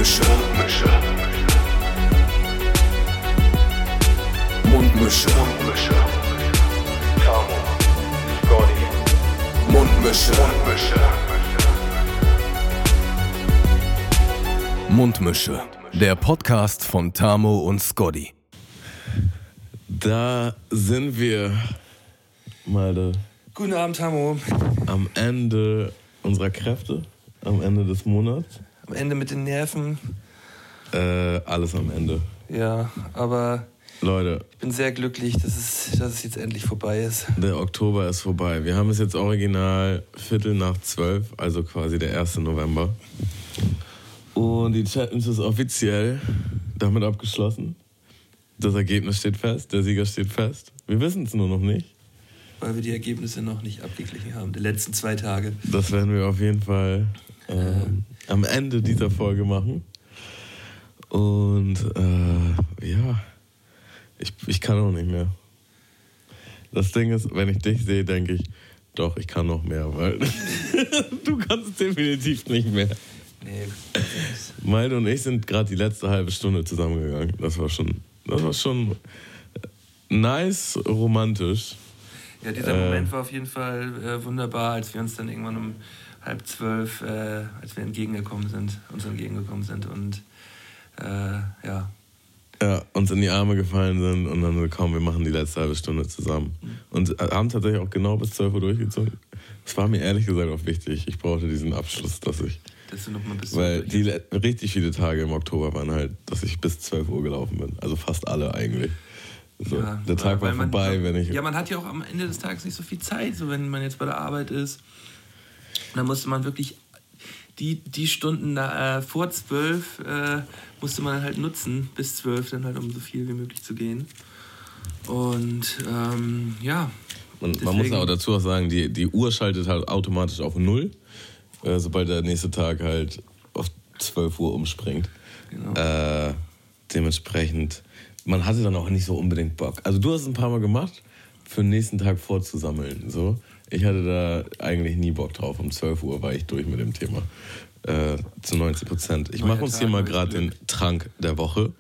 Mundmische. Tamo, Scotty. Mundmische. Der Podcast von Tamo und Scotty. Da sind wir, Malte. Guten Abend, Tamo. Am Ende unserer Kräfte, am Ende des Monats. Am Ende mit den Nerven. Alles am Ende. Ja, aber Leute, ich bin sehr glücklich, dass es jetzt endlich vorbei ist. der Oktober ist vorbei. Wir haben es jetzt original 11:45, also quasi der 1. November. Und die Challenge ist offiziell damit abgeschlossen. Das Ergebnis steht fest, der Sieger steht fest. Wir wissen es nur noch nicht. Weil wir die Ergebnisse noch nicht abgeglichen haben, die letzten 2 Tage. Das werden wir auf jeden Fall am Ende dieser Folge machen. Und ja, ich kann auch nicht mehr. Das Ding ist, wenn ich dich sehe, denke ich, doch, ich kann noch mehr, weil du kannst definitiv nicht mehr. Nee. Malte und ich sind gerade die letzte halbe Stunde zusammengegangen. Das war schon nice, romantisch. Ja, dieser Moment war auf jeden Fall wunderbar, als wir uns dann irgendwann um 11:30, als wir uns entgegengekommen sind und ja. Ja, uns in die Arme gefallen sind und dann so, komm, wir machen die letzte halbe Stunde zusammen. Und haben tatsächlich auch genau bis 12 Uhr durchgezogen. Das war mir ehrlich gesagt auch wichtig. Ich brauchte diesen Abschluss, dass du noch mal bis weil die richtig viele Tage im Oktober waren halt, dass ich bis 12 Uhr gelaufen bin. Also fast alle eigentlich. So, ja, der Tag war vorbei, wenn ich... Ja, man hat ja auch am Ende des Tages nicht so viel Zeit, so wenn man jetzt bei der Arbeit ist. Dann musste man wirklich die Stunden vor 12 musste man halt nutzen, bis 12 dann halt, um so viel wie möglich zu gehen. Und ja. Und man muss ja auch dazu auch sagen, die Uhr schaltet halt automatisch auf 0, sobald der nächste Tag halt auf 12 Uhr umspringt. Genau. Dementsprechend, man hatte dann auch nicht so unbedingt Bock. Also du hast es ein paar Mal gemacht, für den nächsten Tag vorzusammeln. So. Ich hatte da eigentlich nie Bock drauf. Um 12 Uhr war ich durch mit dem Thema. Zu 90%. Ich mache uns hier mal gerade den Trank der Woche.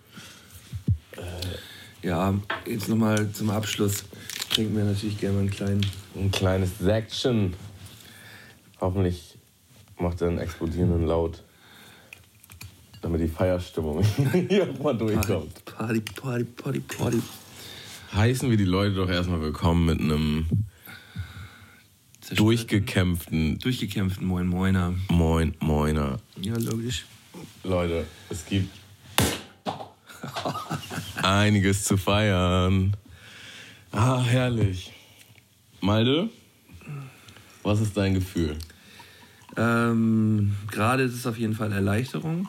Ja, jetzt nochmal zum Abschluss. Trinken wir natürlich gerne mal ein kleines Säckchen. Hoffentlich macht er einen explodierenden Laut, damit die Feierstimmung hier auch mal durchkommt. Party. Heißen wir die Leute doch erstmal willkommen mit einem durchgekämpften Moiner. Moiner. Ja, logisch. Leute, es gibt einiges zu feiern. Ah, herrlich. Malte, was ist dein Gefühl? Gerade ist es auf jeden Fall Erleichterung.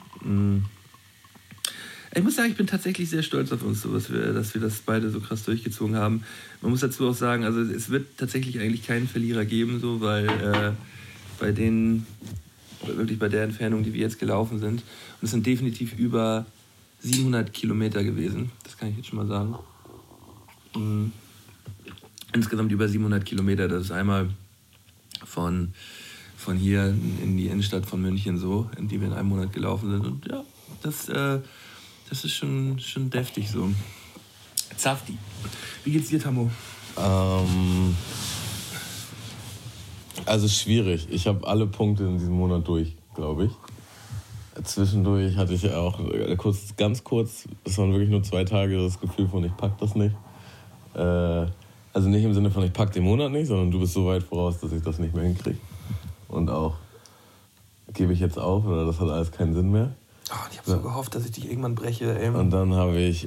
Ich muss sagen, ich bin tatsächlich sehr stolz auf uns, dass wir das beide so krass durchgezogen haben. Man muss dazu auch sagen, also es wird tatsächlich eigentlich keinen Verlierer geben, so, weil bei der Entfernung, die wir jetzt gelaufen sind, und es sind definitiv über 700 Kilometer gewesen, das kann ich jetzt schon mal sagen. Insgesamt über 700 Kilometer, das ist einmal von hier in die Innenstadt von München so, in die wir in einem Monat gelaufen sind. Und ja, das ist schon deftig so. Zafti. Wie geht's dir, Tamo? Also schwierig. Ich habe alle Punkte in diesem Monat durch, glaube ich. Zwischendurch hatte ich auch ganz kurz, es waren wirklich nur 2 Tage, das Gefühl von, ich pack das nicht. Also nicht im Sinne von, ich pack den Monat nicht, sondern du bist so weit voraus, dass ich das nicht mehr hinkriege. Und auch, gebe ich jetzt auf oder das hat alles keinen Sinn mehr. Oh, ich habe so gehofft, dass ich dich irgendwann breche. Ey. Und dann habe ich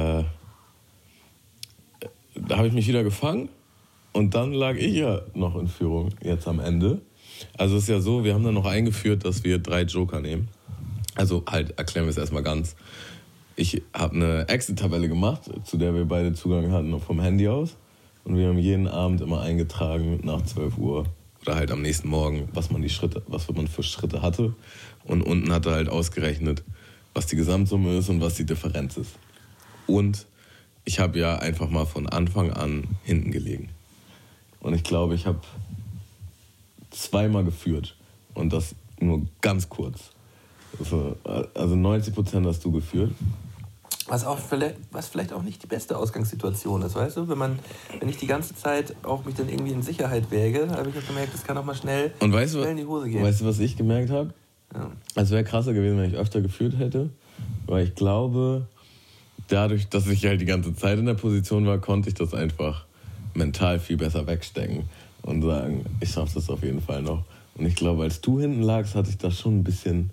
mich wieder gefangen und dann lag ich ja noch in Führung jetzt am Ende. Also es ist ja so, wir haben dann noch eingeführt, dass wir 3 Joker nehmen. Also halt, erklären wir es erstmal ganz. Ich habe eine Excel-Tabelle gemacht, zu der wir beide Zugang hatten vom Handy aus. Und wir haben jeden Abend immer eingetragen nach 12 Uhr oder halt am nächsten Morgen, was man für Schritte hatte. Und unten hat er halt ausgerechnet, was die Gesamtsumme ist und was die Differenz ist. Und ich habe ja einfach mal von Anfang an hinten gelegen. Und ich glaube, ich habe 2-mal geführt. Und das nur ganz kurz. So, also 90% hast du geführt. Was vielleicht auch nicht die beste Ausgangssituation ist, weißt du? Wenn ich die ganze Zeit auch mich dann irgendwie in Sicherheit wäge, habe ich auch gemerkt, das kann auch mal schnell in die Hose gehen. Weißt du, was ich gemerkt habe? Ja. Es wäre krasser gewesen, wenn ich öfter geführt hätte, weil ich glaube, dadurch, dass ich halt die ganze Zeit in der Position war, konnte ich das einfach mental viel besser wegstecken und sagen, ich schaffe das auf jeden Fall noch. Und ich glaube, als du hinten lagst, hatte ich das schon ein bisschen...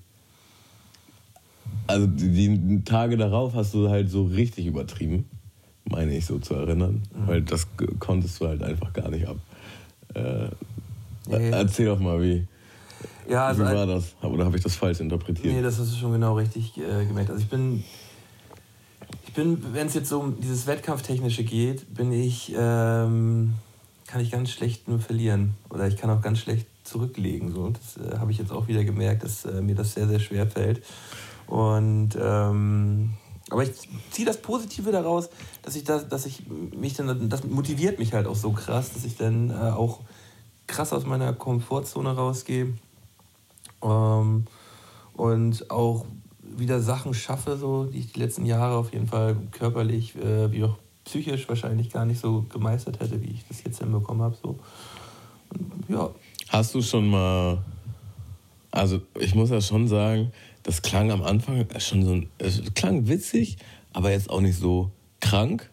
Also die Tage darauf hast du halt so richtig übertrieben, meine ich so zu erinnern, weil das konntest du halt einfach gar nicht ab. Erzähl doch mal, wie war das? Oder habe ich das falsch interpretiert? Nee, das hast du schon genau richtig gemerkt. Also ich bin, wenn es jetzt so um dieses Wettkampftechnische geht, kann ich ganz schlecht nur verlieren. Oder ich kann auch ganz schlecht zurücklegen. So. Das habe ich jetzt auch wieder gemerkt, dass mir das sehr, sehr schwer fällt. Und aber ich ziehe das Positive daraus, das motiviert mich halt auch so krass, dass ich dann auch krass aus meiner Komfortzone rausgehe und auch wieder Sachen schaffe, so, die ich die letzten Jahre auf jeden Fall körperlich wie auch psychisch wahrscheinlich gar nicht so gemeistert hätte, wie ich das jetzt hinbekommen habe. So. Und, ja. Hast du schon mal, also ich muss ja schon sagen, das klang am Anfang schon es klang witzig, aber jetzt auch nicht so krank.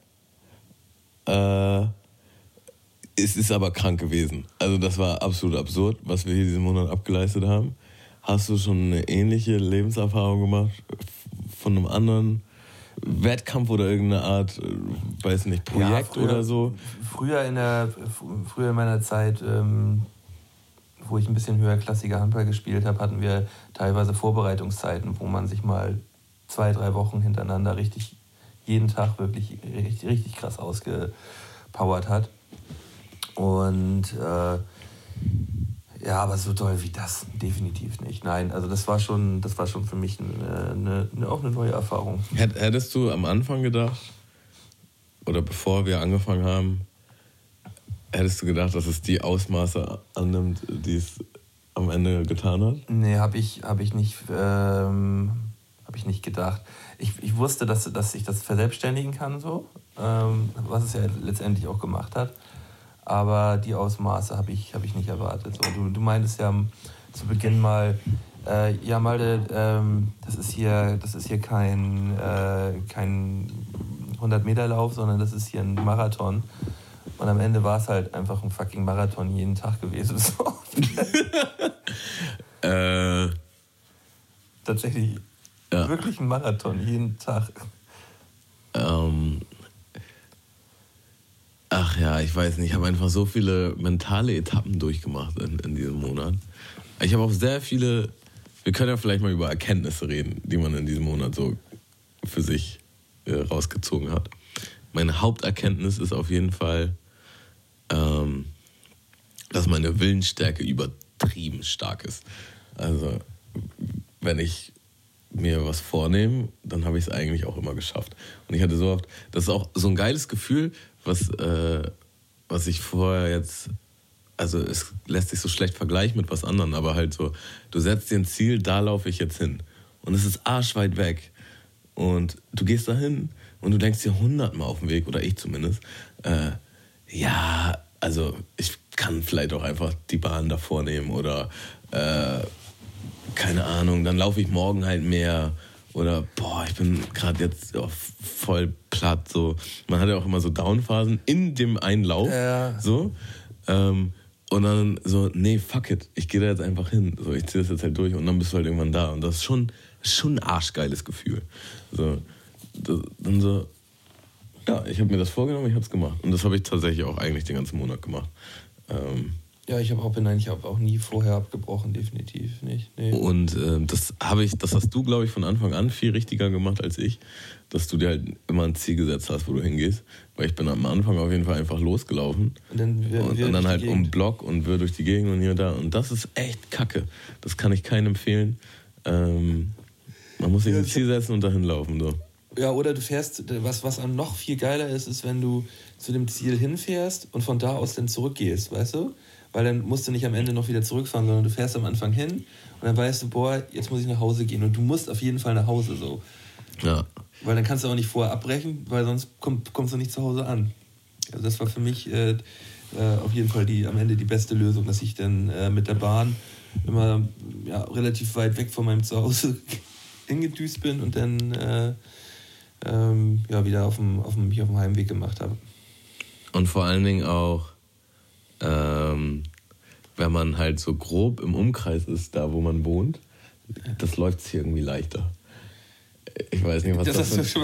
Es ist aber krank gewesen. Also das war absolut absurd, was wir hier diesen Monat abgeleistet haben. Hast du schon eine ähnliche Lebenserfahrung gemacht von einem anderen Wettkampf oder irgendeine Art, weiß nicht, Projekt oder so? Früher in meiner Zeit, wo ich ein bisschen höherklassiger Handball gespielt habe, hatten wir teilweise Vorbereitungszeiten, wo man sich mal 2-3 Wochen hintereinander jeden Tag wirklich richtig krass ausgepowert hat. Und aber so toll wie das definitiv nicht. Nein, also das war schon für mich auch eine neue Erfahrung. Hättest du am Anfang gedacht, oder bevor wir angefangen haben, hättest du gedacht, dass es die Ausmaße annimmt, die es am Ende getan hat? Nee, hab ich nicht gedacht. Ich wusste, dass ich das verselbstständigen kann, so, was es ja letztendlich auch gemacht hat. Aber die Ausmaße habe ich nicht erwartet. So, du meintest ja zu Beginn mal, Malte, das ist hier kein 100-Meter-Lauf, sondern das ist hier ein Marathon. Und am Ende war es halt einfach ein fucking Marathon jeden Tag gewesen. So. Tatsächlich wirklich ein Marathon jeden Tag. Ach ja, ich weiß nicht. Ich habe einfach so viele mentale Etappen durchgemacht in diesem Monat. Ich habe auch sehr viele... Wir können ja vielleicht mal über Erkenntnisse reden, die man in diesem Monat so für sich rausgezogen hat. Meine Haupterkenntnis ist auf jeden Fall, dass meine Willensstärke übertrieben stark ist. Also, wenn ich mir was vornehme, dann habe ich es eigentlich auch immer geschafft. Und ich hatte so oft, das ist auch so ein geiles Gefühl, was ich vorher jetzt, also es lässt sich so schlecht vergleichen mit was anderem, aber halt so, du setzt dir ein Ziel, da laufe ich jetzt hin. Und es ist arschweit weg. Und du gehst da hin und du denkst dir 100-mal auf dem Weg, oder ich zumindest, also ich kann vielleicht auch einfach die Bahn davor nehmen oder keine Ahnung, dann laufe ich morgen halt mehr oder ich bin gerade jetzt voll platt. So. Man hat ja auch immer so Downphasen in dem Einlauf. So. Und dann so, nee, fuck it, ich gehe da jetzt einfach hin. So, ich ziehe das jetzt halt durch und dann bist du halt irgendwann da. Und das ist schon ein arschgeiles Gefühl. So, dann so, ja, ich habe mir das vorgenommen, ich habe es gemacht. Und das habe ich tatsächlich auch eigentlich den ganzen Monat gemacht. Ja, ich habe auch nie vorher abgebrochen, definitiv nicht. Nee. Und das hast du, glaube ich, von Anfang an viel richtiger gemacht als ich, dass du dir halt immer ein Ziel gesetzt hast, wo du hingehst. Weil ich bin am Anfang auf jeden Fall einfach losgelaufen. Und dann halt um Block und wir durch die Gegend und hier und da. Und das ist echt kacke. Das kann ich keinem empfehlen. Man muss sich ein Ziel setzen und dahin laufen. So. Ja, oder du fährst, was noch viel geiler ist, wenn du zu dem Ziel hinfährst und von da aus dann zurückgehst, weißt du? weil dann musst du nicht am Ende noch wieder zurückfahren, sondern du fährst am Anfang hin und dann weißt du, boah, jetzt muss ich nach Hause gehen und du musst auf jeden Fall nach Hause so. Ja. Weil dann kannst du auch nicht vorher abbrechen, weil sonst kommst du nicht zu Hause an. Also das war für mich auf jeden Fall am Ende die beste Lösung, dass ich dann mit der Bahn immer relativ weit weg von meinem Zuhause hingedüst bin und dann wieder mich auf dem Heimweg gemacht habe. Und vor allen Dingen auch, wenn man halt so grob im Umkreis ist, da wo man wohnt, das läuft hier irgendwie leichter. Ich weiß nicht, was das für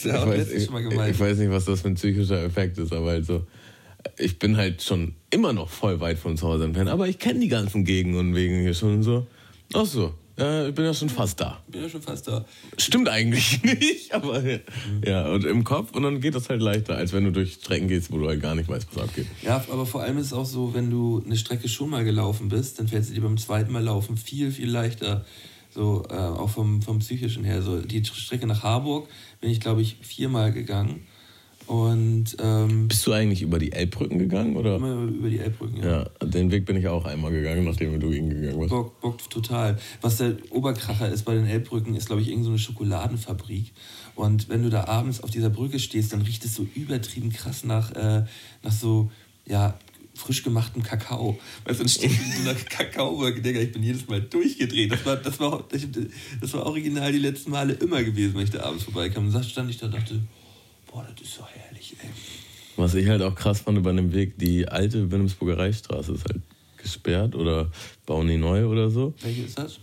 ein psychischer Effekt ist, aber halt so, ich bin halt schon immer noch voll weit von zu Hause entfernt, aber ich kenne die ganzen Gegenden und Wegen hier schon und so. Ach so, ich bin ja schon fast da. Stimmt eigentlich nicht, aber ja, und im Kopf und dann geht das halt leichter, als wenn du durch Strecken gehst, wo du halt gar nicht weißt, was abgeht. Ja, aber vor allem ist es auch so, wenn du eine Strecke schon mal gelaufen bist, dann fällt es dir beim zweiten Mal laufen viel, viel leichter. So, auch vom Psychischen her. So, die Strecke nach Harburg bin ich, glaube ich, 4-mal gegangen. Und, bist du eigentlich über die Elbbrücken gegangen? Oder? Immer über die Elbbrücken, ja. Ja, den Weg bin ich auch einmal gegangen, nachdem du ihn gegangen bist. Bockt total. Was der Oberkracher ist bei den Elbbrücken, ist, glaube ich, irgend so eine Schokoladenfabrik. Und wenn du da abends auf dieser Brücke stehst, dann riecht es so übertrieben krass nach so, frisch gemachtem Kakao. Weißt du, dann steht in so einer Kakaobrücke, Digga, ich bin jedes Mal durchgedreht. Das war original die letzten Male immer gewesen, wenn ich da abends vorbeikam. Und dann stand ich da und dachte, boah, das ist so herrlich, ey. Was ich halt auch krass fand über dem Weg, die alte Wilhelmsburger Reichsstraße ist halt gesperrt oder bauen die neu oder so. Welche ist das?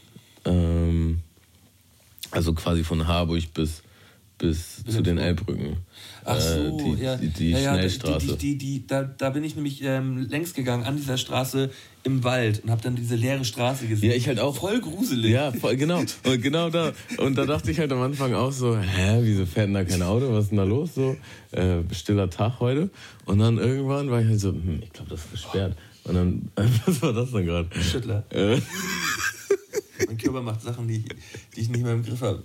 Also quasi von Harburg bis zu den Elbbrücken. Ach so, die Schnellstraße. Da bin ich nämlich längs gegangen an dieser Straße im Wald und habe dann diese leere Straße gesehen. Ja, ich halt auch. Voll gruselig. Ja, voll, genau. Und genau da. Und da dachte ich halt am Anfang auch so, wieso fährt denn da kein Auto? Was ist denn da los? So, stiller Tag heute. Und dann irgendwann war ich halt so, ich glaube, das ist gesperrt. Und dann, was war das denn gerade? Schüttler. Mein Körper macht Sachen, die ich nicht mehr im Griff habe.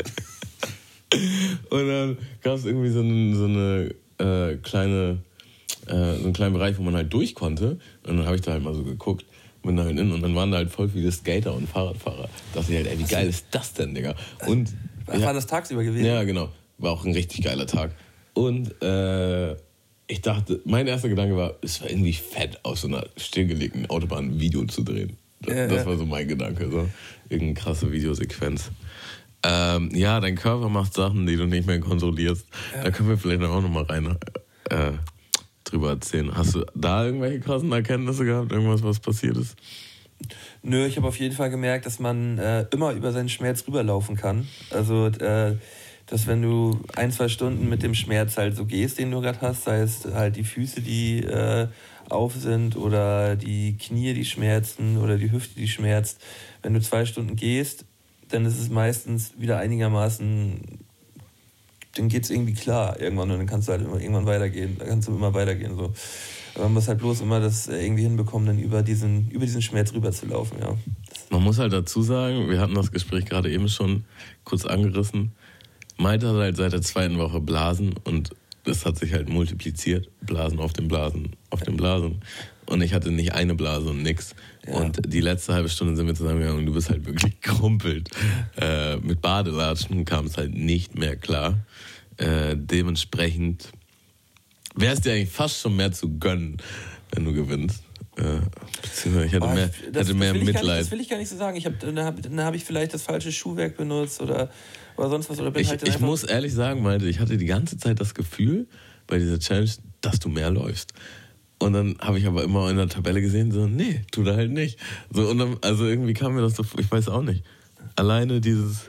Und dann gab es irgendwie so einen kleinen Bereich, wo man halt durch konnte. Und dann habe ich da halt mal so geguckt, bin da halt in und dann waren da halt voll viele Skater und Fahrradfahrer. Da dachte ich halt, wie geil ist das denn, Digga? Und war das tagsüber gewesen? Ja, genau. War auch ein richtig geiler Tag. Und ich dachte, mein erster Gedanke war, es war irgendwie fett, auf so einer stillgelegten Autobahn ein Video zu drehen. Das war so mein Gedanke. So. Irgendeine krasse Videosequenz. Dein Körper macht Sachen, die du nicht mehr kontrollierst. Ja. Da können wir vielleicht auch noch mal rein drüber erzählen. Hast du da irgendwelche krassen Erkenntnisse gehabt? Irgendwas, was passiert ist? Nö, ich habe auf jeden Fall gemerkt, dass man immer über seinen Schmerz rüberlaufen kann. Also, dass wenn du 1-2 Stunden mit dem Schmerz halt so gehst, den du gerade hast, sei es halt die Füße, die auf sind oder die Knie, die schmerzen oder die Hüfte, die schmerzt. Wenn du 2 Stunden gehst, dann ist es meistens wieder einigermaßen, dann geht es irgendwie klar irgendwann und dann kannst du halt irgendwann weitergehen, dann kannst du immer weitergehen. So. Aber man muss halt bloß immer das irgendwie hinbekommen, dann über diesen Schmerz rüber zu laufen. Ja. Man muss halt dazu sagen, wir hatten das Gespräch gerade eben schon kurz angerissen, Malte hat halt seit der 2. Woche Blasen und das hat sich halt multipliziert, Blasen auf den Blasen auf den Blasen. Und ich hatte nicht eine Blase und nix. Ja. Und die letzte halbe Stunde sind wir zusammengegangen und du bist halt wirklich gerumpelt. Mit Badelatschen kam es halt nicht mehr klar. Dementsprechend wäre es dir eigentlich fast schon mehr zu gönnen, wenn du gewinnst. Beziehungsweise ich hätte mehr Mitleid. Das will ich gar nicht so sagen. Dann hab ich vielleicht das falsche Schuhwerk benutzt oder sonst was. Oder bin ich muss ehrlich sagen, Malte, ich hatte die ganze Zeit das Gefühl bei dieser Challenge, dass du mehr läufst. Und dann habe ich aber immer in der Tabelle gesehen, so, nee, tut er halt nicht. So, und dann, also irgendwie kam mir das so, ich weiß auch nicht. Alleine dieses,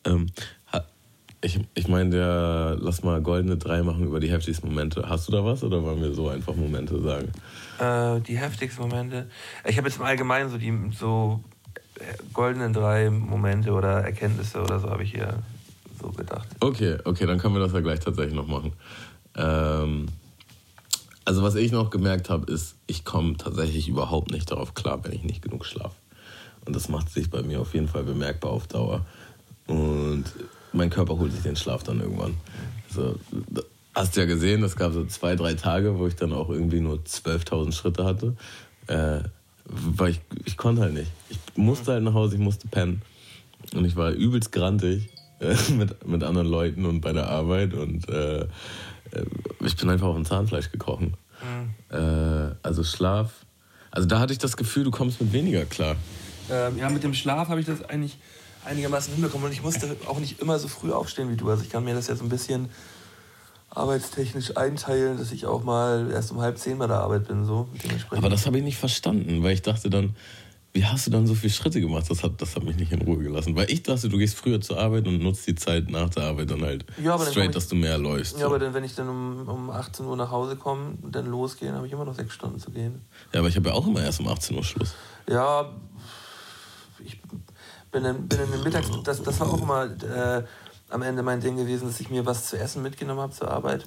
ich meine, lass mal goldene 3 machen über die heftigsten Momente. Hast du da was oder wollen wir so einfach Momente sagen? Die heftigsten Momente? Ich habe jetzt im Allgemeinen so die goldenen 3 Momente oder Erkenntnisse oder so habe ich hier so gedacht. Okay, dann können wir das ja gleich tatsächlich noch machen. Also was ich noch gemerkt habe, ist, ich komme tatsächlich überhaupt nicht darauf klar, wenn ich nicht genug schlafe. Und das macht sich bei mir auf jeden Fall bemerkbar auf Dauer. Und mein Körper holt sich den Schlaf dann irgendwann. Also, hast du ja gesehen, es gab so 2-3 Tage, wo ich dann auch irgendwie nur 12.000 Schritte hatte. Weil ich konnte halt nicht. Ich musste halt nach Hause, ich musste pennen. Und ich war übelst grantig mit anderen Leuten und bei der Arbeit. Und ich bin einfach auf dem Zahnfleisch gekrochen. Also Schlaf. Also da hatte ich das Gefühl, du kommst mit weniger klar. Ja, mit dem Schlaf habe ich das eigentlich einigermaßen hinbekommen. Und ich musste auch nicht immer so früh aufstehen wie du. Also ich kann mir das ja so ein bisschen arbeitstechnisch einteilen, dass ich auch mal erst um 9:30 bei der Arbeit bin. So, aber das habe ich nicht verstanden, weil ich dachte dann, wie hast du dann so viele Schritte gemacht? Das hat mich nicht in Ruhe gelassen. Weil ich dachte, du gehst früher zur Arbeit und nutzt die Zeit nach der Arbeit dann halt straight, dass du mehr läufst. Ja, so. Aber dann, wenn ich dann um 18 Uhr nach Hause komme und dann losgehe, habe ich immer noch 6 Stunden zu gehen. Ja, aber ich habe ja auch immer erst um 18 Uhr Schluss. Ja, ich bin in den Mittags... Das war auch immer am Ende mein Ding gewesen, dass ich mir was zu essen mitgenommen habe zur Arbeit.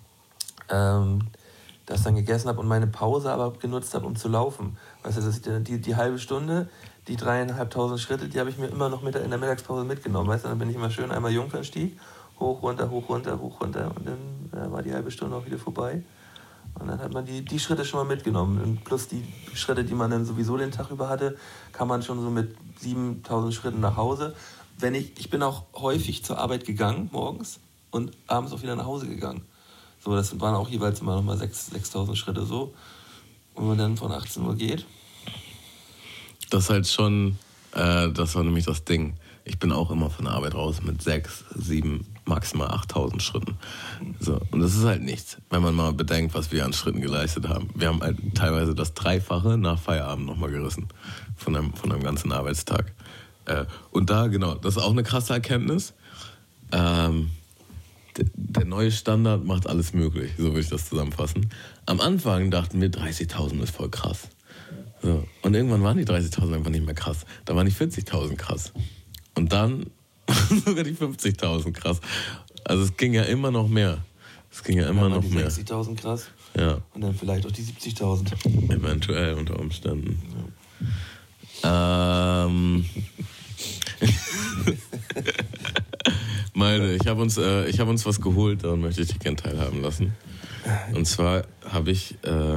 Das dann gegessen habe und meine Pause aber genutzt habe, um zu laufen. Weißt du, dass ich die halbe Stunde, die 3.500 Schritte, die habe ich mir immer noch in der Mittagspause mitgenommen. Weißt du, dann bin ich immer schön einmal Jungfernstieg, hoch, runter, hoch, runter, hoch, runter und dann war die halbe Stunde auch wieder vorbei. Und dann hat man die Schritte schon mal mitgenommen. Und plus die Schritte, die man dann sowieso den Tag über hatte, kann man schon so mit 7.000 Schritten nach Hause. Ich bin auch häufig zur Arbeit gegangen morgens und abends auch wieder nach Hause gegangen. So, das waren auch jeweils immer noch mal 6.000 Schritte so. Und wenn man dann von 18 Uhr geht. Das ist halt schon, das war nämlich das Ding. Ich bin auch immer von der Arbeit raus mit 6, 7, maximal 8.000 Schritten. So, und das ist halt nichts, wenn man mal bedenkt, was wir an Schritten geleistet haben. Wir haben halt teilweise das Dreifache nach Feierabend nochmal gerissen von einem ganzen Arbeitstag. Und da, genau, das ist auch eine krasse Erkenntnis. Der neue Standard macht alles möglich, so würde ich das zusammenfassen. Am Anfang dachten wir, 30.000 ist voll krass. So. Und irgendwann waren die 30.000 einfach nicht mehr krass. Da waren die 40.000 krass. Und dann sogar die 50.000 krass. Also es ging ja immer noch mehr. Es ging ja immer noch mehr. 60.000 krass. Ja. Und dann vielleicht auch die 70.000. Eventuell unter Umständen. Ja. Malte, ich habe uns was geholt, daran möchte ich dich gerne teilhaben lassen. Und zwar habe ich,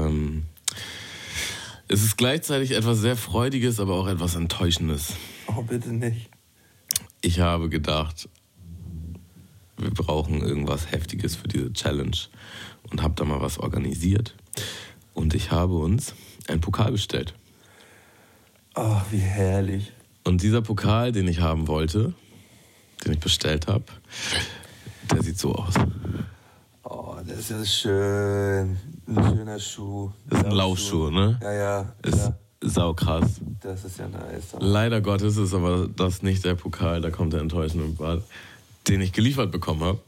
es ist gleichzeitig etwas sehr Freudiges, aber auch etwas Enttäuschendes. Oh, bitte nicht. Ich habe gedacht, wir brauchen irgendwas Heftiges für diese Challenge und habe da mal was organisiert. Und ich habe uns einen Pokal bestellt. Oh, wie herrlich. Und dieser Pokal, den ich haben wollte, den ich bestellt habe, der sieht so aus. Oh, das ist ja schön. Ein schöner Schuh. Das ist ein Laufschuh, ne? Ja. Ist saukrass. Das ist ja nice. Leider Gottes ist aber das nicht der Pokal, da kommt der enttäuschende Part, den ich geliefert bekommen habe.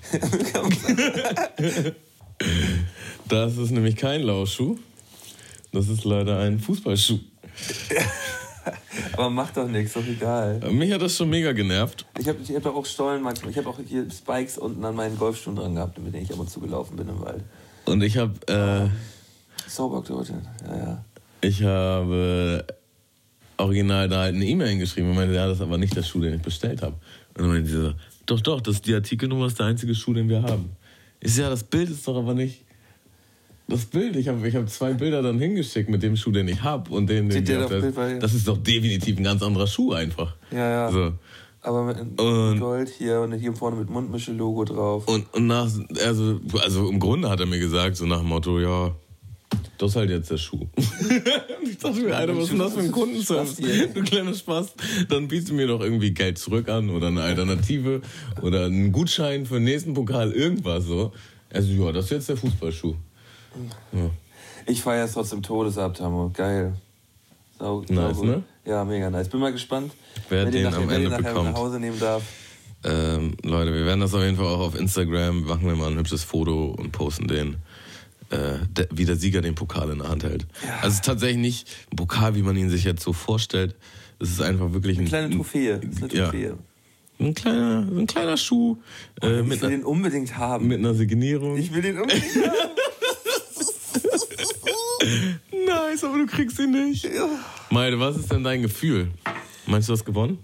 Das ist nämlich kein Laufschuh. Das ist leider ein Fußballschuh. Aber macht doch nichts, doch egal. Mich hat das schon mega genervt. Ich hab doch auch Stollen manchmal. Ich habe auch hier Spikes unten an meinen Golfschuhen dran gehabt, mit denen ich ab und zu gelaufen bin im Wald. Und ich habe... Sauberkleute, ja. Ich habe original da halt eine E-Mail hingeschrieben und meinte, ja, das ist aber nicht der Schuh, den ich bestellt habe. Und dann meinte sie so, doch, das ist die Artikelnummer, das ist der einzige Schuh, den wir haben. Ich so, ja, das Bild ist doch aber nicht das Bild. Ich hab 2 Bilder dann hingeschickt mit dem Schuh, den ich habe und den das ist doch definitiv ein ganz anderer Schuh einfach. Ja. So. Aber mit Gold hier und hier vorne mit Mundmische-Logo drauf. Und also im Grunde hat er mir gesagt, so nach dem Motto, ja, das ist halt jetzt der Schuh. Ich dachte mir, Alter, was ist denn das für ein Kundenservice? Du kleiner Spaß. Dann bietest du mir doch irgendwie Geld zurück an oder eine Alternative oder einen Gutschein für den nächsten Pokal, irgendwas so. Also ja, das ist jetzt der Fußballschuh. Ja. Ich feiere es trotzdem Todesab, Tamo. Geil. Nice, ne? Ja, mega nice. Bin mal gespannt, wer den am Ende nachher bekommt. nach Hause nehmen darf. Leute, wir werden das auf jeden Fall auch auf Instagram, machen wir mal ein hübsches Foto und posten den, wie der Sieger den Pokal in der Hand hält. Ja. Also es ist tatsächlich nicht ein Pokal, wie man ihn sich jetzt so vorstellt. Es ist einfach wirklich eine kleine Trophäe. Ja. Ein kleiner Schuh. Ich will den unbedingt haben. Mit einer Signierung. Ich will den unbedingt haben. Nice, aber du kriegst ihn nicht. Ja. Malte, was ist denn dein Gefühl? Meinst du, du hast gewonnen?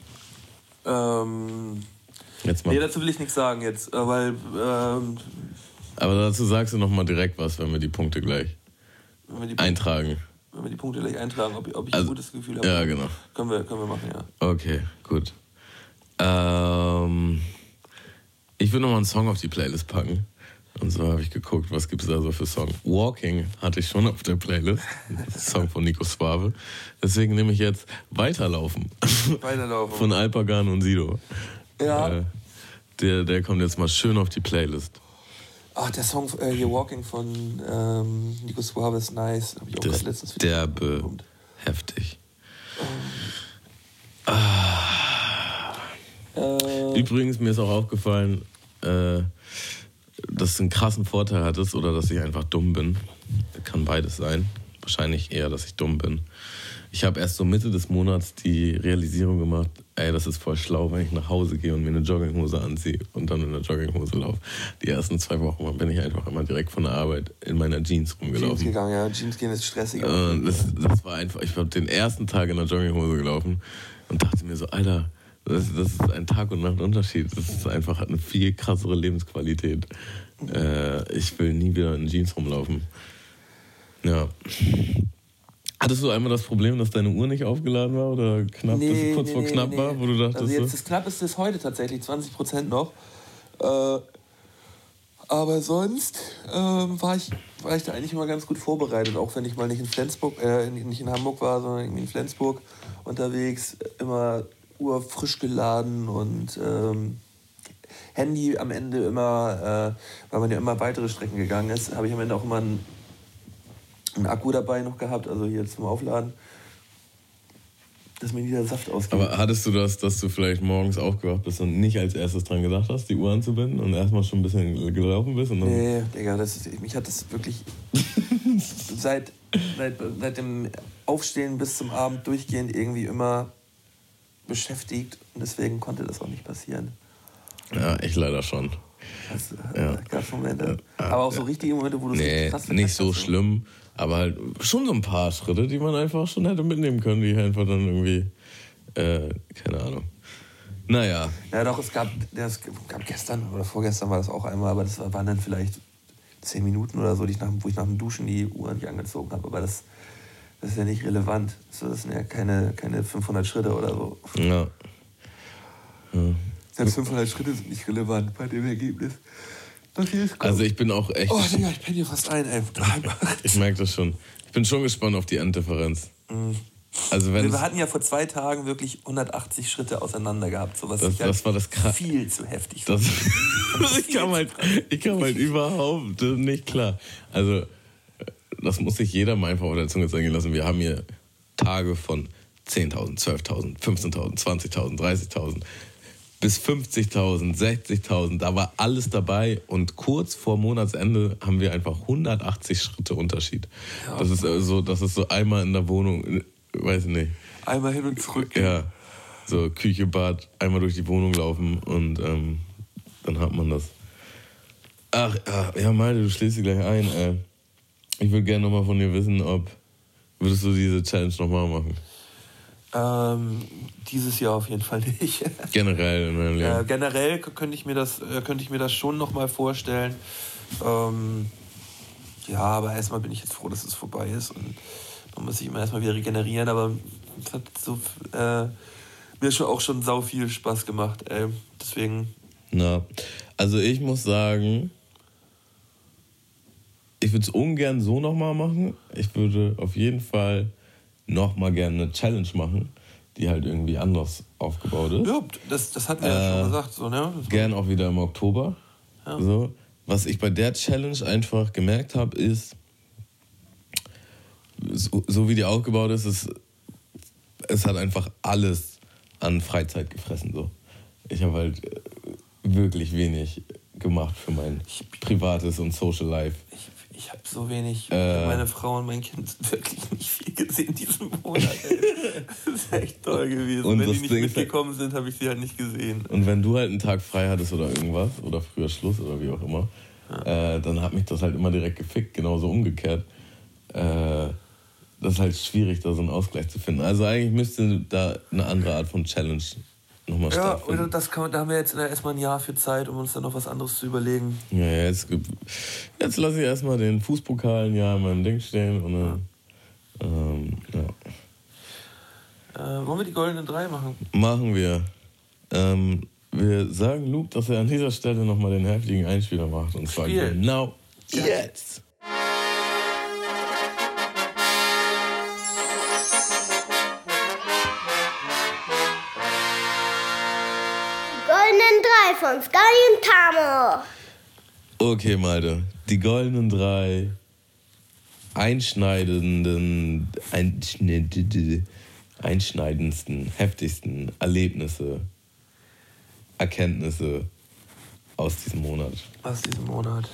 Jetzt mal. Nee, dazu will ich nichts sagen jetzt, weil... aber dazu sagst du nochmal direkt was, wenn wir die Punkte gleich eintragen. wenn wir die Punkte gleich eintragen, ob ich ein gutes Gefühl habe. Ja, genau. Können wir machen, ja. Okay, gut. Ich will nochmal einen Song auf die Playlist packen. Und so habe ich geguckt, was gibt es da so für Songs. Walking hatte ich schon auf der Playlist. Song von Nico Suave. Deswegen nehme ich jetzt Weiterlaufen. Weiterlaufen. Von Alpagan und Sido. Ja. Der kommt jetzt mal schön auf die Playlist. Ach, der Song hier Walking von Nico Suave ist nice. Hab ich auch Das gerade letztens derbe, heftig. Übrigens, mir ist auch aufgefallen, dass du einen krassen Vorteil hattest oder dass ich einfach dumm bin. Kann beides sein. Wahrscheinlich eher, dass ich dumm bin. Ich habe erst so Mitte des Monats die Realisierung gemacht, ey, das ist voll schlau, wenn ich nach Hause gehe und mir eine Jogginghose anziehe und dann in der Jogginghose laufe. Die ersten 2 Wochen bin ich einfach immer direkt von der Arbeit in meiner Jeans rumgelaufen. Jeans gegangen, ja. Jeans gehen ist stressiger. Das war einfach, ich war den ersten Tag in der Jogginghose gelaufen und dachte mir so, Alter, das ist ein Tag- und Nacht-Unterschied. Das ist einfach eine viel krassere Lebensqualität. Ich will nie wieder in Jeans rumlaufen. Ja. Hattest du einmal das Problem, dass deine Uhr nicht aufgeladen war oder knapp, dass es kurz vor knapp war, wo du dachtest... Also jetzt das knapp ist es heute tatsächlich, 20% noch. Aber sonst war ich da eigentlich immer ganz gut vorbereitet, auch wenn ich mal nicht in Hamburg war, sondern irgendwie in Flensburg unterwegs, immer Uhr frisch geladen und Handy am Ende immer, weil man ja immer weitere Strecken gegangen ist, habe ich am Ende auch immer einen Akku dabei noch gehabt, also hier zum Aufladen, dass mir nie der Saft ausgeht. Aber hattest du das, dass du vielleicht morgens aufgewacht bist und nicht als erstes dran gedacht hast, die Uhr anzubinden und erstmal schon ein bisschen gelaufen bist? Und dann Nee, Digga, mich hat das wirklich seit dem Aufstehen bis zum Abend durchgehend irgendwie immer beschäftigt und deswegen konnte das auch nicht passieren. Ja, ich leider schon. Gab Momente. Aber auch so richtige Momente, wo du es krass nicht so schlimm, aber halt schon so ein paar Schritte, die man einfach schon hätte mitnehmen können, die einfach dann irgendwie, keine Ahnung. Naja. Ja doch, es gab gestern oder vorgestern war das auch einmal, aber das waren dann vielleicht 10 Minuten oder so, wo ich nach dem Duschen die Uhr nicht angezogen habe, aber das ist ja nicht relevant. Das sind ja keine 500 Schritte oder so. Ja. Selbst 500 Schritte sind nicht relevant bei dem Ergebnis. Also ich bin auch echt... Oh Digga, ich penne hier fast ein, ey. Ich merke das schon. Ich bin schon gespannt auf die Enddifferenz. Also wir hatten ja vor 2 Tagen wirklich 180 Schritte auseinander gehabt. So was das war das viel zu heftig. Ich kam halt überhaupt nicht klar. Also das muss sich jeder mal einfach auf der Zunge zeigen lassen. Wir haben hier Tage von 10.000, 12.000, 15.000, 20.000, 30.000 bis 50.000, 60.000. Da war alles dabei und kurz vor Monatsende haben wir einfach 180 Schritte Unterschied. Ja. Das ist so einmal in der Wohnung, weiß ich nicht. Einmal hin und zurück. Ja, so Küche, Bad, einmal durch die Wohnung laufen und dann hat man das. Ach, ja, Malte, du schläfst dich gleich ein. Ich würde gerne nochmal von dir wissen, würdest du diese Challenge nochmal machen? Dieses Jahr auf jeden Fall nicht. Generell in meinem Leben? Generell könnte ich mir das schon nochmal vorstellen. Ja, aber erstmal bin ich jetzt froh, dass es vorbei ist und man muss sich immer erstmal wieder regenerieren, aber es hat mir auch schon sau viel Spaß gemacht, ey. Deswegen... Na, also ich muss sagen, ich würde es ungern so nochmal machen. Ich würde auf jeden Fall nochmal gerne eine Challenge machen, die halt irgendwie anders aufgebaut ist. Ja, das hatten wir ja schon gesagt. So, ne? Gern auch wieder im Oktober. Ja. So. Was ich bei der Challenge einfach gemerkt habe, ist, so wie die aufgebaut ist, es hat einfach alles an Freizeit gefressen. So. Ich habe halt wirklich wenig gemacht für mein privates und Social Life. Ich habe so wenig, meine Frau und mein Kind sind wirklich nicht viel gesehen diesen Monat. Das ist echt toll gewesen. Und wenn die nicht mitgekommen sind, habe ich sie halt nicht gesehen. Und wenn du halt einen Tag frei hattest oder irgendwas, oder früher Schluss oder wie auch immer, dann hat mich das halt immer direkt gefickt, genauso umgekehrt. Das ist halt schwierig, da so einen Ausgleich zu finden. Also eigentlich müsste da eine andere Art von Challenge nochmal stattfinden. Ja, oder da haben wir jetzt erstmal ein Jahr für Zeit, um uns dann noch was anderes zu überlegen. Ja, jetzt lasse ich erstmal den Fußpokal ein Jahr in meinem Ding stehen und dann Ja. Wollen wir die goldenen 3 machen? Machen wir. Wir sagen Luke, dass er an dieser Stelle nochmal den heftigen Einspieler macht. Und zwar genau jetzt. Goldenen 3 von Scotty und Tamo. Okay, Malte. Die goldenen 3 einschneidendsten, heftigsten Erlebnisse, Erkenntnisse aus diesem Monat. Aus diesem Monat.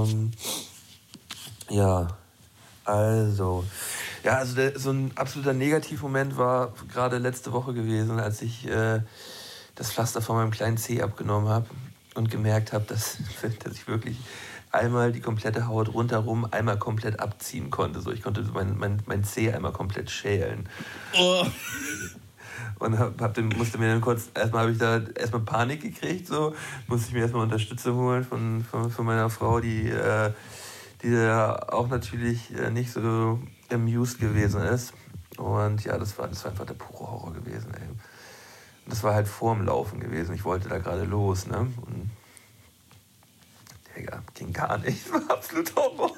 Ja, also so ein absoluter Negativmoment war gerade letzte Woche gewesen, als ich das Pflaster von meinem kleinen Zeh abgenommen habe und gemerkt habe, dass ich wirklich einmal die komplette Haut rundherum einmal komplett abziehen konnte. So, ich konnte mein Zeh einmal komplett schälen. Oh. Und musste mir dann kurz, habe ich da erstmal Panik gekriegt, so, musste ich mir erstmal Unterstützung holen von meiner Frau, die da auch natürlich nicht so amused gewesen ist. Und ja, das war einfach der pure Horror gewesen, ey. Und das war halt vorm Laufen gewesen. Ich wollte da gerade los, ne? Und Digga, ging gar nicht. Das war absolut Horror.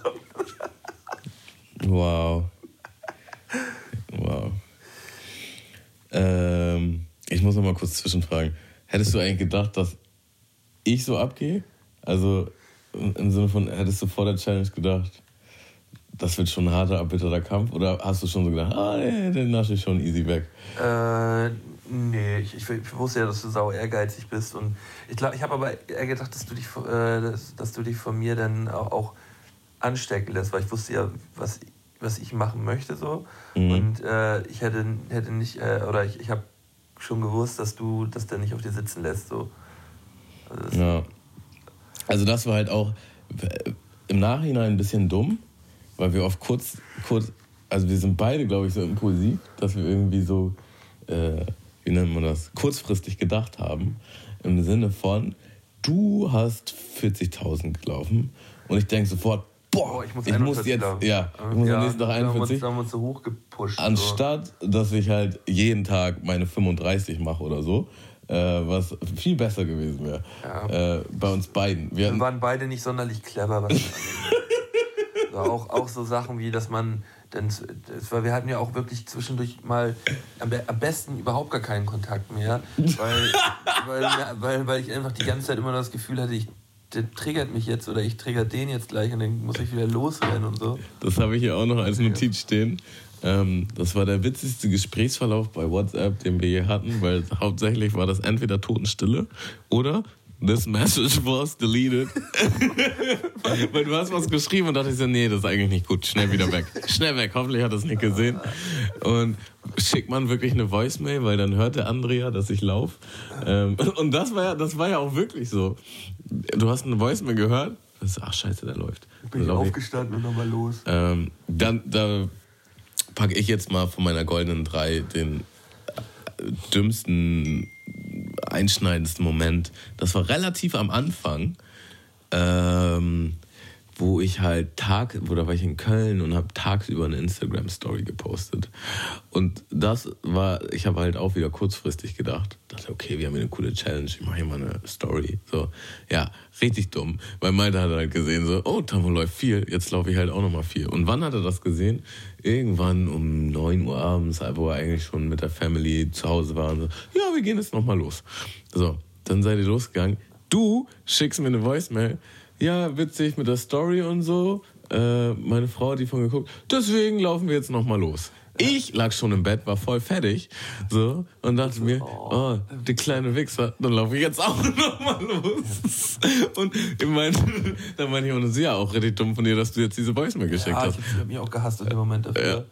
Wow. Ich muss noch mal kurz zwischenfragen. Hättest du eigentlich gedacht, dass ich so abgehe? Also im Sinne von, hättest du vor der Challenge gedacht, das wird schon ein harter, erbitterter Kampf? Oder hast du schon so gedacht, nee, den nasche ich schon easy weg? Nee, ich wusste ja, dass du sau ehrgeizig bist. Und ich habe aber eher gedacht, dass du dich von mir dann auch anstecken lässt, weil ich wusste ja, was ich machen möchte so. Mhm. Und ich hätte nicht, oder ich habe schon gewusst, dass du das dann nicht auf dir sitzen lässt. So. Also das war halt auch im Nachhinein ein bisschen dumm, weil wir oft kurz, also wir sind beide, glaube ich, so impulsiv, dass wir irgendwie so, wie nennt man das, kurzfristig gedacht haben, im Sinne von, du hast 40.000 gelaufen und ich denke sofort, ich muss jetzt, am nächsten Tag 41. Da haben wir uns so hochgepusht. Anstatt, dass ich halt jeden Tag meine 35 mache oder so, was viel besser gewesen wäre. Ja. Bei uns beiden. Wir waren beide nicht sonderlich clever, was also auch so Sachen wie, dass man, wir hatten ja auch wirklich zwischendurch mal am besten überhaupt gar keinen Kontakt mehr, weil ich einfach die ganze Zeit immer das Gefühl hatte, der triggert mich jetzt oder ich trigger den jetzt gleich und dann muss ich wieder losrennen und so. Das habe ich hier auch noch als Notiz stehen. Das war der witzigste Gesprächsverlauf bei WhatsApp, den wir je hatten, weil hauptsächlich war das entweder Totenstille oder this message was deleted. Weil du hast was geschrieben und dachte ich so, nee, das ist eigentlich nicht gut, schnell wieder weg. Schnell weg, hoffentlich hat er es nicht gesehen. Und schickt man wirklich eine Voicemail, weil dann hört der Andrea, dass ich laufe. Und das war ja auch wirklich so. Du hast eine Voicemail gehört, ach scheiße, der läuft. Bin ich aufgestanden und nochmal los. Da packe ich jetzt mal von meiner goldenen 3 den dümmsten, einschneidendsten Moment. Das war relativ am Anfang, wo ich halt da war ich in Köln und habe tagsüber eine Instagram-Story gepostet. Und ich habe halt auch wieder kurzfristig gedacht, dachte, okay, wir haben hier eine coole Challenge, ich mache hier mal eine Story. So, ja, richtig dumm. Weil Malte hat halt gesehen, so, oh, Tamo läuft viel, jetzt laufe ich halt auch nochmal viel. Und wann hat er das gesehen? Irgendwann um 9 Uhr abends, wo wir eigentlich schon mit der Family zu Hause waren. So, ja, wir gehen jetzt nochmal los. So, dann seid ihr losgegangen. Du schickst mir eine Voicemail. Ja, witzig mit der Story und so. Meine Frau hat die von geguckt. Deswegen laufen wir jetzt nochmal los. Ich lag schon im Bett, war voll fertig. So, und dachte mir, oh, die kleine Wichser, dann laufe ich jetzt auch nochmal los. Und dann meinte ich, und ja, auch richtig dumm von dir, dass du jetzt diese Voicemail geschickt hast. Ich habe mich auch gehasst in dem Moment dafür.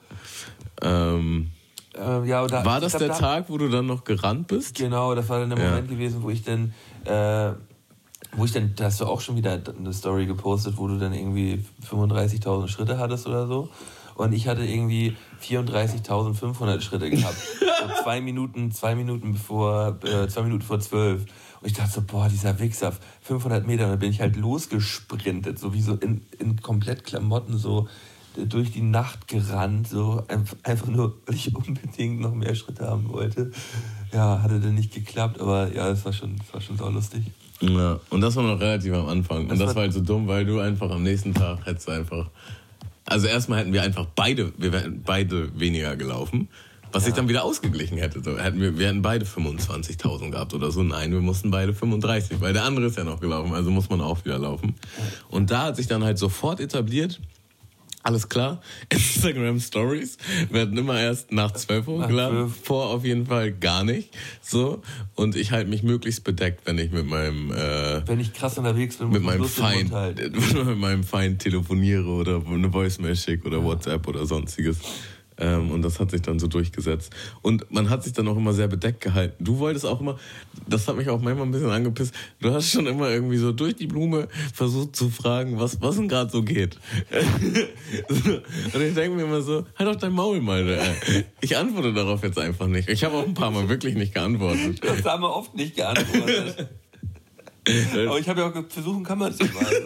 War das der Tag, wo du dann noch gerannt bist? Genau, das war dann der Moment gewesen, wo ich dann, da hast du auch schon wieder eine Story gepostet, wo du dann irgendwie 35.000 Schritte hattest oder so. Und ich hatte irgendwie 34.500 Schritte gehabt. So 2 Minuten vor 12. Und ich dachte so, boah, dieser Wichser, 500 Meter. Und dann bin ich halt losgesprintet, so wie so in komplett Klamotten, so durch die Nacht gerannt, so einfach nur, weil ich unbedingt noch mehr Schritte haben wollte. Ja, hatte dann nicht geklappt, aber ja, es war schon sau lustig. Ja, und das war noch relativ am Anfang. Und das war halt so dumm, weil du einfach am nächsten Tag hättest du einfach... Also erstmal hätten wir einfach wir wären beide weniger gelaufen, was sich dann wieder ausgeglichen hätte. So, wir hätten beide 25.000 gehabt oder so. Nein, wir mussten beide 35, weil der andere ist ja noch gelaufen, also muss man auch wieder laufen. Und da hat sich dann halt sofort etabliert, alles klar, Instagram Stories werden immer erst nach 12 hochgeladen, vor auf jeden Fall gar nicht. So. Und ich halte mich möglichst bedeckt, wenn ich mit meinem wenn ich krass unterwegs bin, mit meinem Feind telefoniere oder eine Voicemail schicke oder WhatsApp oder sonstiges. Und das hat sich dann so durchgesetzt. Und man hat sich dann auch immer sehr bedeckt gehalten. Du wolltest auch immer, das hat mich auch manchmal ein bisschen angepisst, du hast schon immer irgendwie so durch die Blume versucht zu fragen, was denn gerade so geht. Und ich denke mir immer so, halt doch dein Maul mal. Ich antworte darauf jetzt einfach nicht. Ich habe auch ein paar Mal wirklich nicht geantwortet. Das haben wir oft nicht geantwortet. Aber ich habe ja auch versuchen, kann man es nicht machen.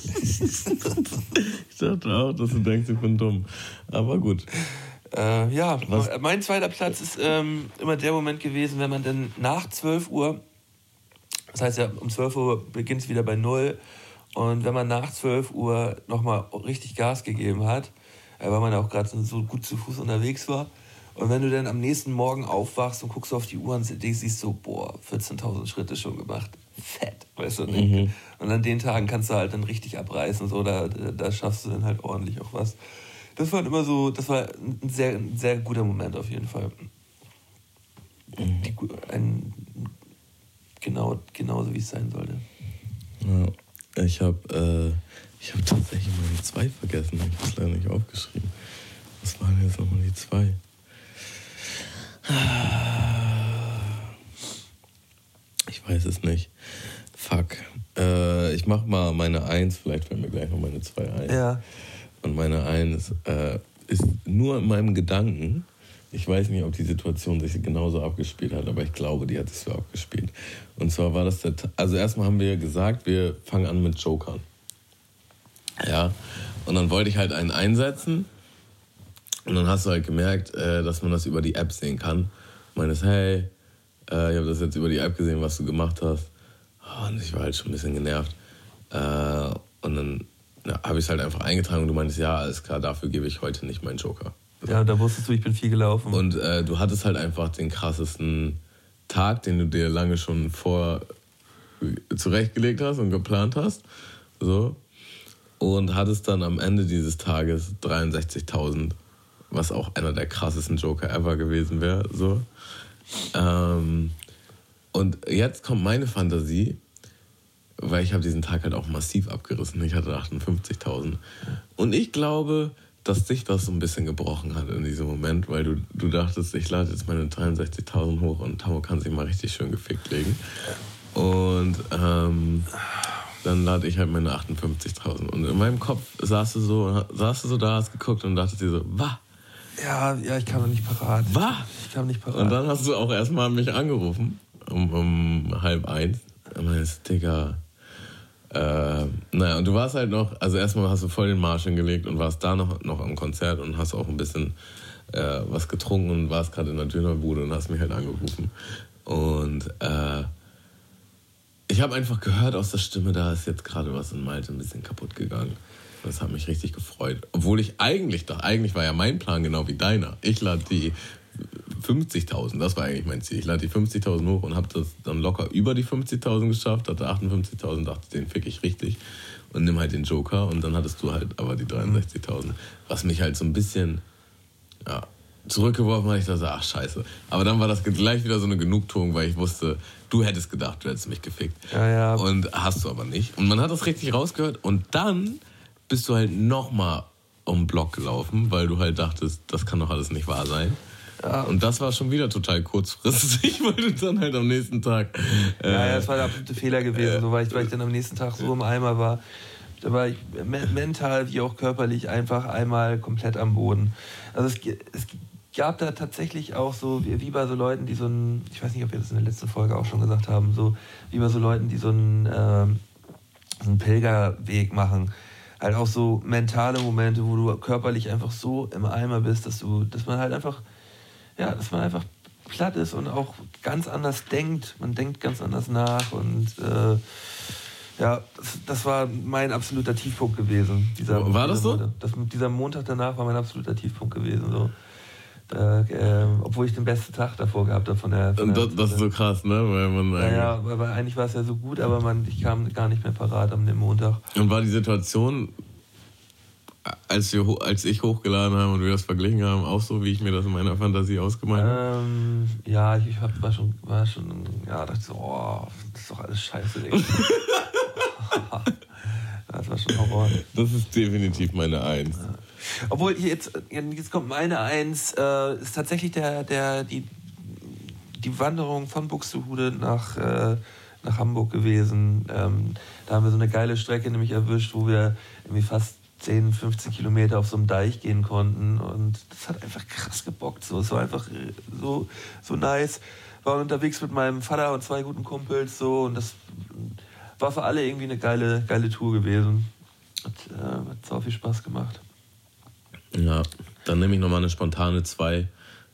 Ich dachte auch, dass du denkst, ich bin dumm. Aber gut. Ja, mein zweiter Platz ist immer der Moment gewesen, wenn man dann nach 12 Uhr, das heißt ja, um 12 Uhr beginnt es wieder bei 0, und wenn man nach 12 Uhr nochmal richtig Gas gegeben hat, weil man ja auch gerade so gut zu Fuß unterwegs war, und wenn du dann am nächsten Morgen aufwachst und guckst auf die Uhr und siehst so, 14.000 Schritte schon gemacht, fett, weißt du, und an den Tagen kannst du halt dann richtig abreißen, so, da schaffst du dann halt ordentlich auch was. Das war ein sehr, sehr guter Moment auf jeden Fall. Genauso wie es sein sollte. Ja, ich hab tatsächlich meine 2 vergessen. Ich habe es leider nicht aufgeschrieben. Was waren jetzt nochmal die 2? Ich weiß es nicht. Fuck. Ich mach mal meine 1, vielleicht fällt mir gleich noch meine 2 ein. Ja. Und meine 1 ist nur in meinem Gedanken. Ich weiß nicht, ob die Situation sich genauso abgespielt hat, aber ich glaube, die hat sich so abgespielt. Und zwar war das also erstmal haben wir gesagt, wir fangen an mit Jokern. Ja. Und dann wollte ich halt einen einsetzen. Und dann hast du halt gemerkt, dass man das über die App sehen kann. Meines, hey, ich habe das jetzt über die App gesehen, was du gemacht hast. Und ich war halt schon ein bisschen genervt. Und dann habe ich es halt einfach eingetragen und du meintest, ja, alles klar, dafür gebe ich heute nicht meinen Joker. So. Ja, da wusstest du, ich bin viel gelaufen. Und du hattest halt einfach den krassesten Tag, den du dir lange schon zurechtgelegt hast und geplant hast. So. Und hattest dann am Ende dieses Tages 63.000, was auch einer der krassesten Joker ever gewesen wäre. So. Und jetzt kommt meine Fantasie, weil ich habe diesen Tag halt auch massiv abgerissen. Ich hatte 58.000. Und ich glaube, dass dich das so ein bisschen gebrochen hat in diesem Moment, weil du dachtest, ich lade jetzt meine 63.000 hoch und Tamo kann sich mal richtig schön gefickt legen. Und dann lade ich halt meine 58.000. Und in meinem Kopf saßt du so da, hast geguckt und dachtest dir so, wah? Ja, ich kam noch nicht parat. Wah? Ich kam nicht parat. Und dann hast du auch erstmal mich angerufen, um 12:30. Und meinst, Digga, und du warst halt noch, also erstmal hast du voll den Marsch hingelegt und warst da noch am Konzert und hast auch ein bisschen was getrunken und warst gerade in der Dönerbude und hast mich halt angerufen. Und ich habe einfach gehört aus der Stimme, da ist jetzt gerade was in Malte ein bisschen kaputt gegangen. Das hat mich richtig gefreut. Obwohl ich eigentlich war ja mein Plan genau wie deiner. Ich lade die 50.000, das war eigentlich mein Ziel. Ich lade die 50.000 hoch und habe das dann locker über die 50.000 geschafft, hatte 58.000, dachte, den fick ich richtig und nimm halt den Joker und dann hattest du halt aber die 63.000, was mich halt so ein bisschen zurückgeworfen hat. Ich dachte, ach scheiße. Aber dann war das gleich wieder so eine Genugtuung, weil ich wusste, du hättest gedacht, du hättest mich gefickt. Ja. Und hast du aber nicht. Und man hat das richtig rausgehört und dann bist du halt nochmal um den Block gelaufen, weil du halt dachtest, das kann doch alles nicht wahr sein. Ja. Und das war schon wieder total kurzfristig, weil du dann halt am nächsten Tag... das war der absolute Fehler gewesen, so, weil ich dann am nächsten Tag so im Eimer war. Da war ich mental wie auch körperlich einfach einmal komplett am Boden. Also es gab da tatsächlich auch so, wie bei so Leuten, die so ein... Ich weiß nicht, ob wir das in der letzten Folge auch schon gesagt haben, so wie bei so Leuten, die so einen Pilgerweg machen. halt auch so mentale Momente, wo du körperlich einfach so im Eimer bist, dass man einfach platt ist und auch ganz anders denkt. Man denkt ganz anders nach und das war mein absoluter Tiefpunkt gewesen. War das so? Dieser Montag danach war mein absoluter Tiefpunkt gewesen. So. Obwohl ich den besten Tag davor gehabt habe von der das ist so krass, ne? Weil eigentlich war es ja so gut, aber ich kam gar nicht mehr parat am dem Montag. Und war die Situation, als ich hochgeladen habe und wir das verglichen haben, auch so, wie ich mir das in meiner Fantasie ausgemalt habe? Dachte so, das ist doch alles scheiße, Digga. Das war schon Horror. Das ist definitiv meine 1. Ja. Obwohl, jetzt kommt meine 1, ist tatsächlich die Wanderung von Buxtehude nach Hamburg gewesen. Da haben wir so eine geile Strecke nämlich erwischt, wo wir irgendwie fast 10, 15 Kilometer auf so einem Deich gehen konnten. Und das hat einfach krass gebockt. So. Es war einfach so nice. War unterwegs mit meinem Vater und 2 guten Kumpels. So, und das war für alle irgendwie eine geile Tour gewesen. Hat so viel Spaß gemacht. Ja, dann nehme ich nochmal eine spontane 2.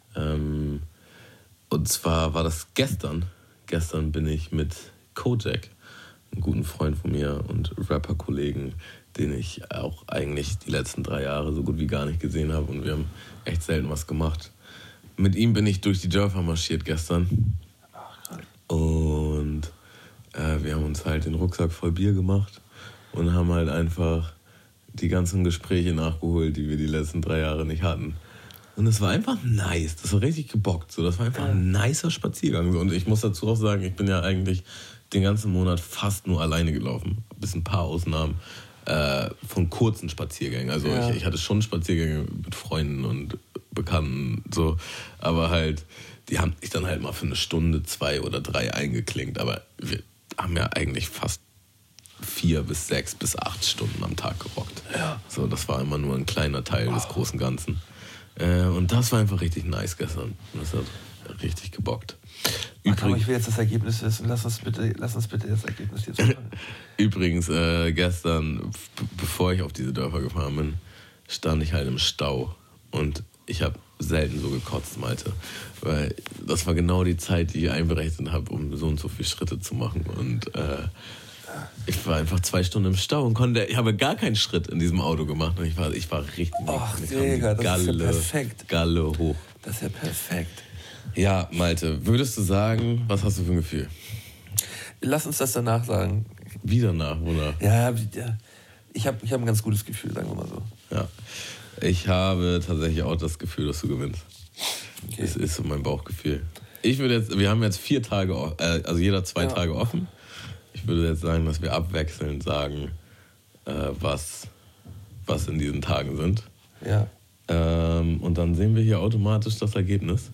Und zwar war das gestern. Gestern bin ich mit Kojak, einem guten Freund von mir und Rapper-Kollegen, den ich auch eigentlich die letzten 3 Jahre so gut wie gar nicht gesehen habe. Und wir haben echt selten was gemacht. Mit ihm bin ich durch die Dörfer marschiert gestern. Ach, krass. Und wir haben uns halt den Rucksack voll Bier gemacht und haben halt einfach die ganzen Gespräche nachgeholt, die wir die letzten 3 Jahre nicht hatten. Und es war einfach nice. Das war richtig gebockt. So, das war einfach ein nicer Spaziergang. Und ich muss dazu auch sagen, ich bin ja eigentlich den ganzen Monat fast nur alleine gelaufen. Bis ein paar Ausnahmen von kurzen Spaziergängen. Also ich hatte schon Spaziergänge mit Freunden und Bekannten. So. Aber halt, die haben sich dann halt mal für 1 Stunde, 2 oder 3 eingeklinkt. Aber wir haben ja eigentlich fast 4 bis 6 bis 8 Stunden am Tag gerockt. Ja. So, das war immer nur ein kleiner Teil des großen Ganzen. Und das war einfach richtig nice gestern. Das hat richtig gebockt. Ich will jetzt das Ergebnis wissen. Lass uns bitte das Ergebnis jetzt machen. Übrigens, gestern, bevor ich auf diese Dörfer gefahren bin, stand ich halt im Stau. Und ich habe selten so gekotzt, Malte. Weil das war genau die Zeit, die ich einberechnet habe, um so und so viele Schritte zu machen. Und ich war einfach 2 Stunden im Stau und ich habe gar keinen Schritt in diesem Auto gemacht. Und ich war richtig... Ach, Digga, das ist ja perfekt. Galle hoch. Das ist ja perfekt. Ja, Malte, würdest du sagen, was hast du für ein Gefühl? Lass uns das danach sagen. Wie danach, wonach? Ja, ich hab ein ganz gutes Gefühl, sagen wir mal so. Ja, ich habe tatsächlich auch das Gefühl, dass du gewinnst. Okay. Das ist so mein Bauchgefühl. Wir haben jetzt 4 Tage, also jeder 2 Tage offen. Ich würde jetzt sagen, dass wir abwechselnd sagen, was in diesen Tagen sind. Ja. Und dann sehen wir hier automatisch das Ergebnis.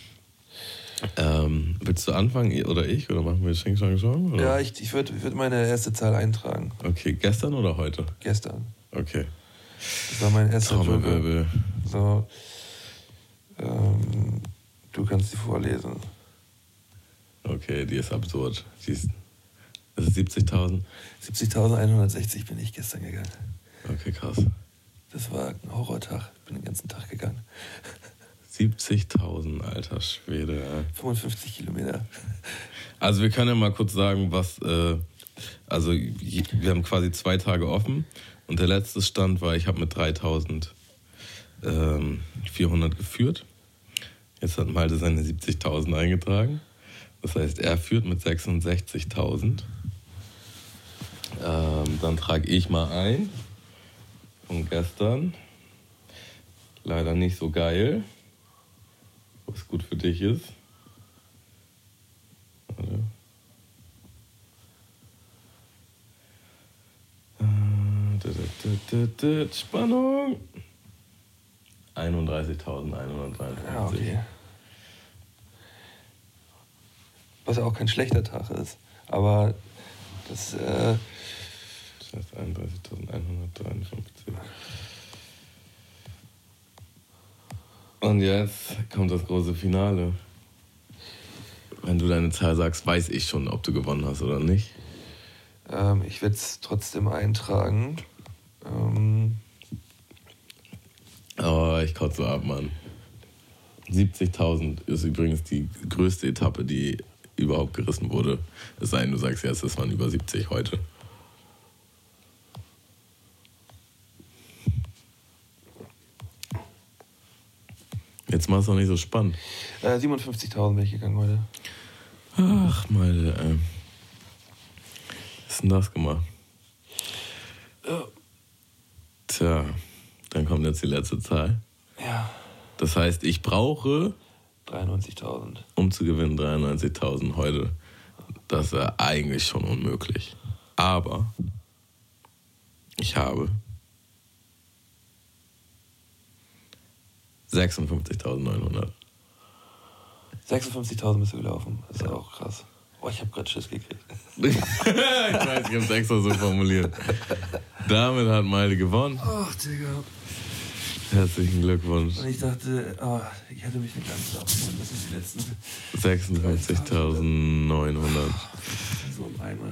Willst du anfangen oder ich? Oder machen wir Xing Shang Shang? Oder? Ja, ich würd meine erste Zahl eintragen. Okay, gestern oder heute? Gestern. Okay. Das war mein erster Trommelwirbel. So. Du kannst die vorlesen. Okay, die ist absurd. Das ist 70.000? 70.160 bin ich gestern gegangen. Okay, krass. Das war ein Horrortag. Ich bin den ganzen Tag gegangen. 70.000, alter Schwede. 55 Kilometer. Also wir können ja mal kurz sagen, wir haben quasi 2 Tage offen und der letzte Stand war, ich habe mit 3.400 geführt. Jetzt hat Malte seine 70.000 eingetragen. Das heißt, er führt mit 66.000. Dann trage ich mal ein. Von gestern. Leider nicht so geil. Was gut für dich ist. Warte. Spannung. 31.153. Ja, okay. Was ja auch kein schlechter Tag ist. Aber das heißt 31.153. Und jetzt kommt das große Finale. Wenn du deine Zahl sagst, weiß ich schon, ob du gewonnen hast oder nicht. Ich werde es trotzdem eintragen. Oh, ich kotze so ab, Mann. 70.000 ist übrigens die größte Etappe, die überhaupt gerissen wurde. Es sei denn, du sagst jetzt, es waren über 70 heute. Jetzt machst du auch nicht so spannend. 57.000 bin ich gegangen heute. Ach, meine, Was ist denn das gemacht? Tja, dann kommt jetzt die letzte Zahl. Ja. Das heißt, ich brauche, 93.000. um zu gewinnen, 93.000 heute. Das ist ja eigentlich schon unmöglich. Aber ich habe 56.900. 56.000 bist du gelaufen. Das ist ja auch krass. Oh, ich habe gerade Schiss gekriegt. Ich weiß, ich habe es extra so formuliert. Damit hat Malte gewonnen. Ach, Digga. Herzlichen Glückwunsch. Und ich dachte, ich hätte mich nicht ganz abgeholt. Das ist die letzten. 56.900. So im Eimer.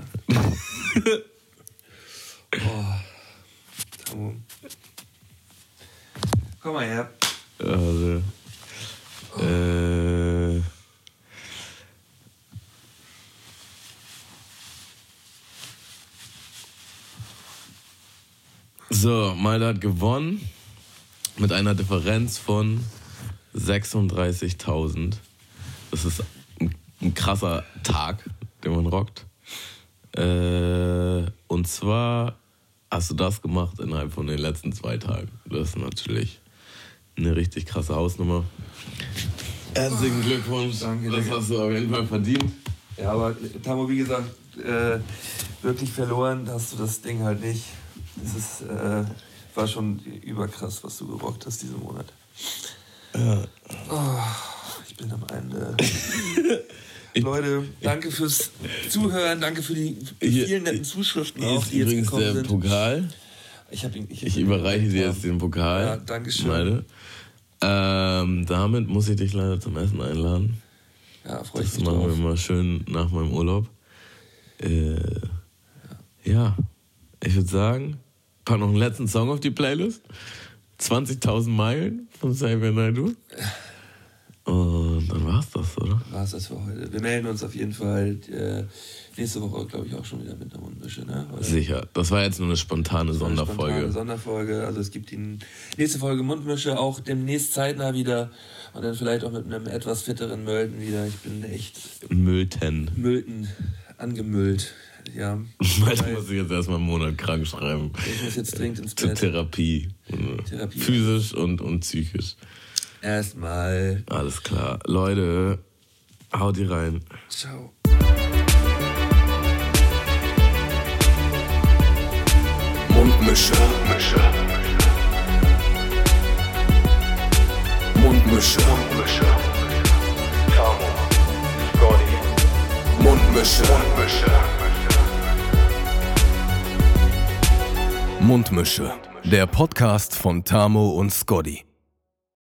Tamu. Komm mal her. Also, So, Malte hat gewonnen mit einer Differenz von 36.000. Das ist ein krasser Tag, den man rockt. Und zwar hast du das gemacht innerhalb von den letzten 2 Tagen. Das ist natürlich eine richtig krasse Hausnummer. Herzlichen Glückwunsch. Danke, das hast du auf jeden Fall verdient. Ja, aber Tamo, wie gesagt, wirklich verloren hast du das Ding halt nicht. Das ist, war schon überkrass, was du gerockt hast diesen Monat. Ja. Ich bin am Ende. Leute, danke fürs Zuhören, danke für die vielen netten Zuschriften auch, die jetzt übrigens gekommen der sind. Pokal. Ich überreiche dir jetzt den Pokal. Ja, danke schön. Damit muss ich dich leider zum Essen einladen. Ja, freue ich Das mich machen drauf. wir mal schön nach meinem Urlaub. Ja, ich würde sagen, pack noch einen letzten Song auf die Playlist. 20.000 Meilen von Xavier Naidoo. Und dann war's das, oder? War's das für heute. Wir melden uns auf jeden Fall nächste Woche, glaube ich, auch schon wieder mit einer Mundmische, ne? Oder? Sicher. Das war jetzt nur eine spontane Sonderfolge. Eine Sonderfolge. Also es gibt die nächste Folge Mundmische auch demnächst zeitnah wieder. Und dann vielleicht auch mit einem etwas fitteren Mölten wieder. Ich bin echt Mölten angemüllt. Ja. Malte muss ich jetzt erstmal einen Monat krank schreiben. Ich muss jetzt dringend ins Zur Bett. Therapie. Physisch und psychisch. Erstmal. Alles klar. Leute, haut die rein. Ciao. Mundmische. Tamo, Scotty. Mundmische. Der Podcast von Tamo und Scotty.